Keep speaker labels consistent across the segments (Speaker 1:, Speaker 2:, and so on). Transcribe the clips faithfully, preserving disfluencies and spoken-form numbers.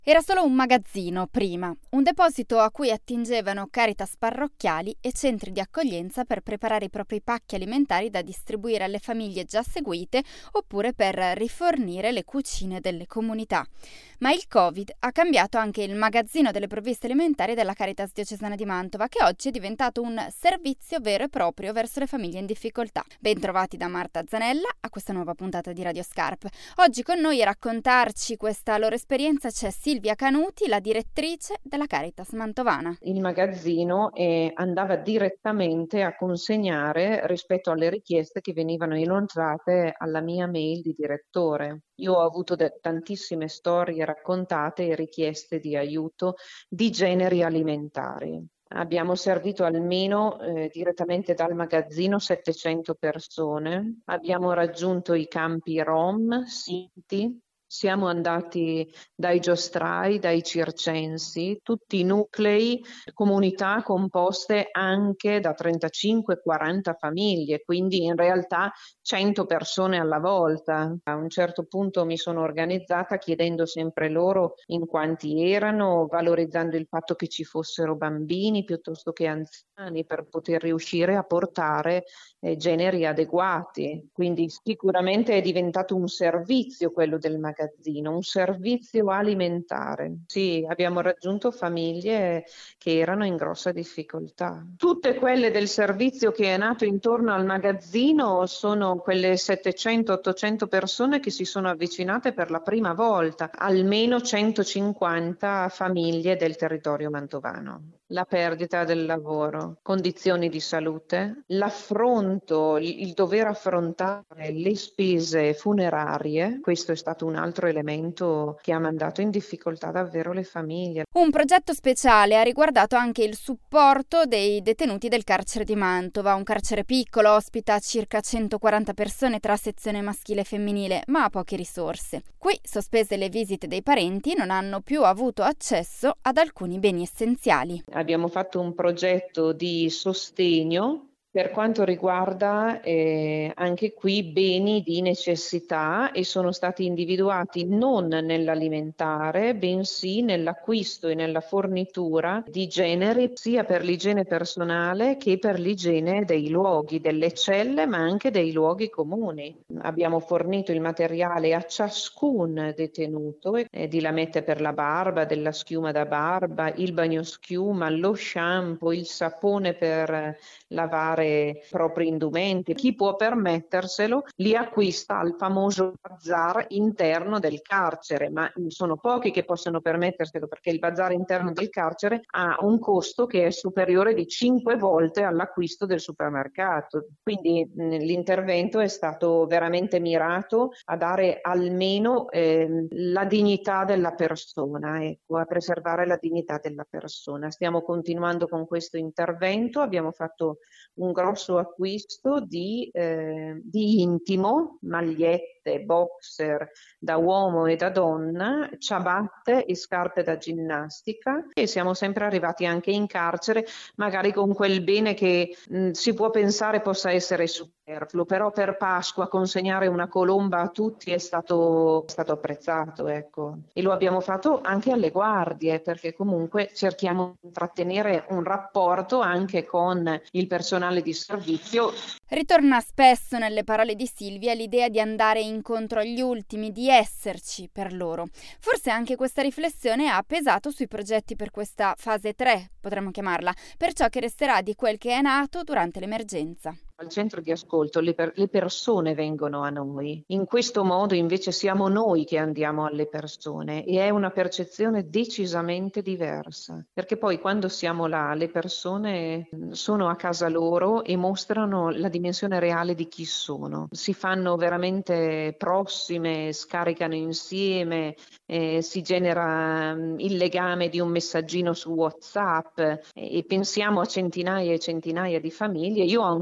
Speaker 1: Era solo un magazzino prima, un deposito a cui attingevano Caritas parrocchiali e centri di accoglienza per preparare i propri pacchi alimentari da distribuire alle famiglie già seguite oppure per rifornire le cucine delle comunità. Ma il Covid ha cambiato anche il magazzino delle provviste alimentari della Caritas diocesana di Mantova, che oggi è diventato un servizio vero e proprio verso le famiglie in difficoltà. Bentrovati da Marta Zanella a questa nuova puntata di Radio Scarp. Oggi con noi a raccontarci questa loro esperienza c'è Silvia Canuti, la direttrice della Caritas mantovana.
Speaker 2: Il magazzino eh, andava direttamente a consegnare rispetto alle richieste che venivano inoltrate alla mia mail di direttore. Io ho avuto de- tantissime storie raccontate e richieste di aiuto di generi alimentari. Abbiamo servito almeno eh, direttamente dal magazzino settecento persone, abbiamo raggiunto i campi Rom, Sinti, siamo andati dai giostrai, dai circensi, tutti nuclei, comunità composte anche da trentacinque quaranta famiglie, quindi in realtà cento persone alla volta. A un certo punto mi sono organizzata chiedendo sempre loro in quanti erano, valorizzando il fatto che ci fossero bambini piuttosto che anziani per poter riuscire a portare eh, generi adeguati. Quindi sicuramente è diventato un servizio quello del magazzino, un servizio alimentare. Sì, abbiamo raggiunto famiglie che erano in grossa difficoltà. Tutte quelle del servizio che è nato intorno al magazzino sono quelle settecento ottocento persone che si sono avvicinate per la prima volta, almeno centocinquanta famiglie del territorio mantovano. La perdita del lavoro, condizioni di salute, l'affronto, il, il dover affrontare le spese funerarie, questo è stato un altro elemento che ha mandato in difficoltà davvero le famiglie.
Speaker 1: Un progetto speciale ha riguardato anche il supporto dei detenuti del carcere di Mantova, un carcere piccolo, ospita circa centoquaranta persone tra sezione maschile e femminile, ma ha poche risorse. Qui, sospese le visite dei parenti, non hanno più avuto accesso ad alcuni beni essenziali.
Speaker 2: Abbiamo fatto un progetto di sostegno per quanto riguarda eh, anche qui beni di necessità e sono stati individuati non nell'alimentare, bensì nell'acquisto e nella fornitura di generi sia per l'igiene personale che per l'igiene dei luoghi, delle celle, ma anche dei luoghi comuni. Abbiamo fornito il materiale a ciascun detenuto, eh, di lamette per la barba, della schiuma da barba, il bagnoschiuma, lo shampoo, il sapone per lavare i propri indumenti. Chi può permetterselo li acquista al famoso bazar interno del carcere, ma sono pochi che possono permetterselo perché il bazar interno del carcere ha un costo che è superiore di cinque volte all'acquisto del supermercato. Quindi mh, l'intervento è stato veramente mirato a dare almeno eh, la dignità della persona, ecco, a preservare la dignità della persona. Stiamo continuando con questo intervento, abbiamo fatto un grosso acquisto di, eh, di intimo, magliette, boxer da uomo e da donna, ciabatte e scarpe da ginnastica, e siamo sempre arrivati anche in carcere, magari con quel bene che mh, si può pensare possa essere superfluo, però per Pasqua consegnare una colomba a tutti è stato, è stato apprezzato, ecco. E lo abbiamo fatto anche alle guardie, perché comunque cerchiamo di intrattenere un rapporto anche con il personale di servizio.
Speaker 1: Ritorna spesso nelle parole di Silvia l'idea di andare incontro agli ultimi, di esserci per loro. Forse anche questa riflessione ha pesato sui progetti per questa fase tre, potremmo chiamarla, per ciò che resterà di quel che è nato durante l'emergenza.
Speaker 2: Al centro di ascolto le, per- le persone vengono a noi, in questo modo invece siamo noi che andiamo alle persone e è una percezione decisamente diversa, perché poi quando siamo là le persone sono a casa loro e mostrano la dimensione reale di chi sono, si fanno veramente prossime, scaricano insieme, eh, si genera um, il legame di un messaggino su WhatsApp eh, e pensiamo a centinaia e centinaia di famiglie. Io ho ancora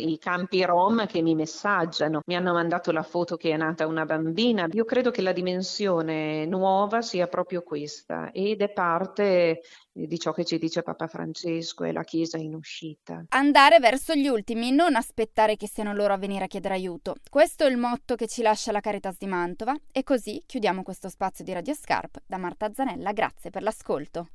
Speaker 2: i campi rom che mi messaggiano, mi hanno mandato la foto che è nata una bambina. Io credo che la dimensione nuova sia proprio questa ed è parte di ciò che ci dice Papa Francesco e la Chiesa in uscita.
Speaker 1: Andare verso gli ultimi, non aspettare che siano loro a venire a chiedere aiuto. Questo è il motto che ci lascia la Caritas di Mantova e così chiudiamo questo spazio di Radio Scarp. Da Marta Zanella, grazie per l'ascolto.